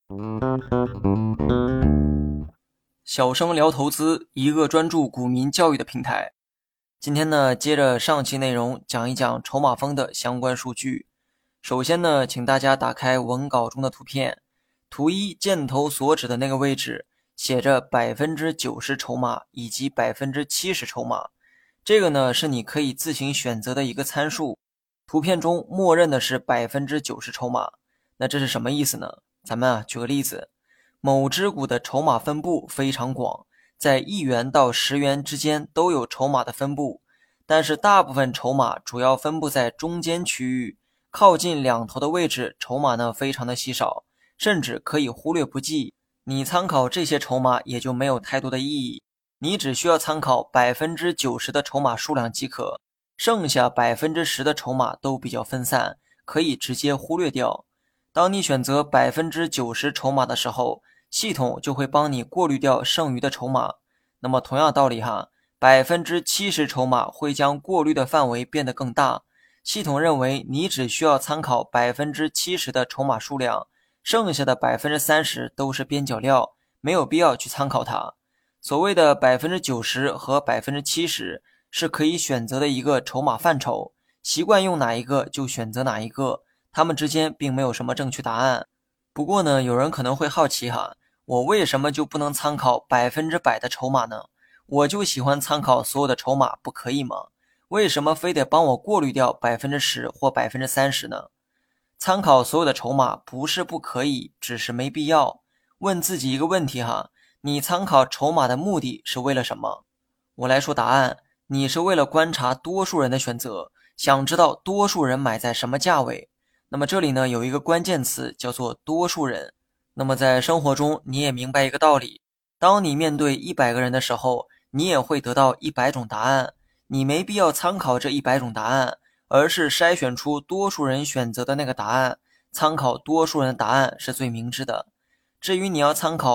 小生聊投资，一个专注股民教育的平台。今天呢，接着上期内容讲一讲筹码峰的相关数据。首先呢，请大家打开文稿中的图片，图一箭头所指的那个位置写着90%筹码以及70%筹码，这个呢是你可以自行选择的一个参数。图片中默认的是90%筹码，那这是什么意思呢？咱们举个例子。某只股的筹码分布非常广，在1元到10元之间都有筹码的分布，但是大部分筹码主要分布在中间区域，靠近两头的位置筹码呢非常的稀少，甚至可以忽略不计。你参考这些筹码也就没有太多的意义，你只需要参考90%的筹码数量即可，剩下10%的筹码都比较分散，可以直接忽略掉。当你选择90%筹码的时候，系统就会帮你过滤掉剩余的筹码。那么同样道理，70%筹码会将过滤的范围变得更大。系统认为你只需要参考70%的筹码数量，剩下的30%都是边角料，没有必要去参考它。所谓的90%和70%是可以选择的一个筹码范畴，习惯用哪一个就选择哪一个，它们之间并没有什么正确答案。不过呢，有人可能会好奇我为什么就不能参考100%的筹码呢？我就喜欢参考所有的筹码，不可以吗？为什么非得帮我过滤掉10%或30%呢？参考所有的筹码不是不可以，只是没必要。问自己一个问题你参考筹码的目的是为了什么？我来说答案，你是为了观察多数人的选择，想知道多数人买在什么价位。那么这里呢有一个关键词叫做多数人。那么在生活中你也明白一个道理，当你面对100个人的时候，你也会得到100种答案，你没必要参考这100种答案，而是筛选出多数人选择的那个答案，参考多数人的答案是最明智的。至于你要参考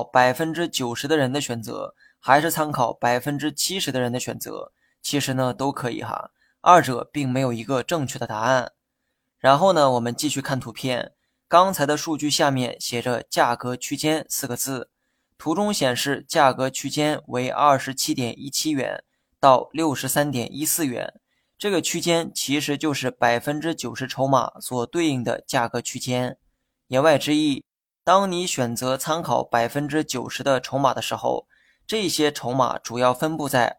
90%的人的选择，还是参考70%的人的选择，其实呢都可以二者并没有一个正确的答案。然后呢，我们继续看图片，刚才的数据下面写着价格区间4个字，图中显示价格区间为27.17元到63.14元，这个区间其实就是90%筹码所对应的价格区间。言外之意，当你选择参考90%的筹码的时候，这些筹码主要分布在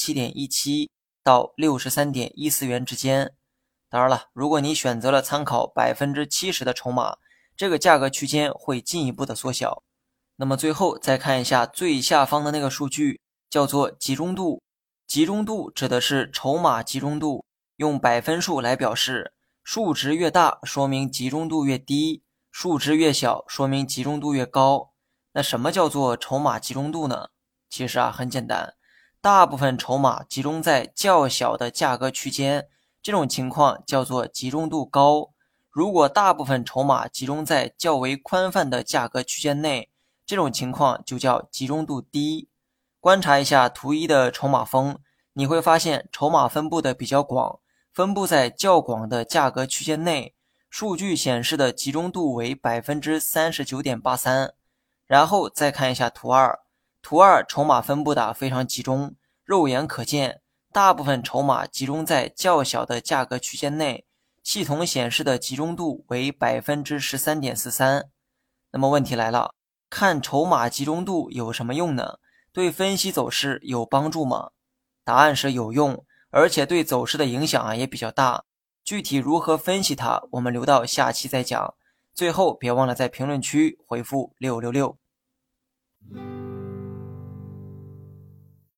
27.17到63.14元之间。当然了，如果你选择了参考70%的筹码，这个价格区间会进一步的缩小。那么最后再看一下最下方的那个数据，叫做集中度。集中度指的是筹码集中度，用百分数来表示，数值越大说明集中度越低，数值越小说明集中度越高。那什么叫做筹码集中度呢？其实很简单，大部分筹码集中在较小的价格区间，这种情况叫做集中度高。如果大部分筹码集中在较为宽泛的价格区间内，这种情况就叫集中度低。观察一下图一的筹码峰，你会发现筹码分布的比较广，分布在较广的价格区间内，数据显示的集中度为 39.83%。然后再看一下图二，图二筹码分布的非常集中，肉眼可见，大部分筹码集中在较小的价格区间内，系统显示的集中度为 13.43%。那么问题来了，看筹码集中度有什么用呢？对分析走势有帮助吗？答案是有用，而且对走势的影响也比较大。具体如何分析它，我们留到下期再讲。最后别忘了在评论区回复666。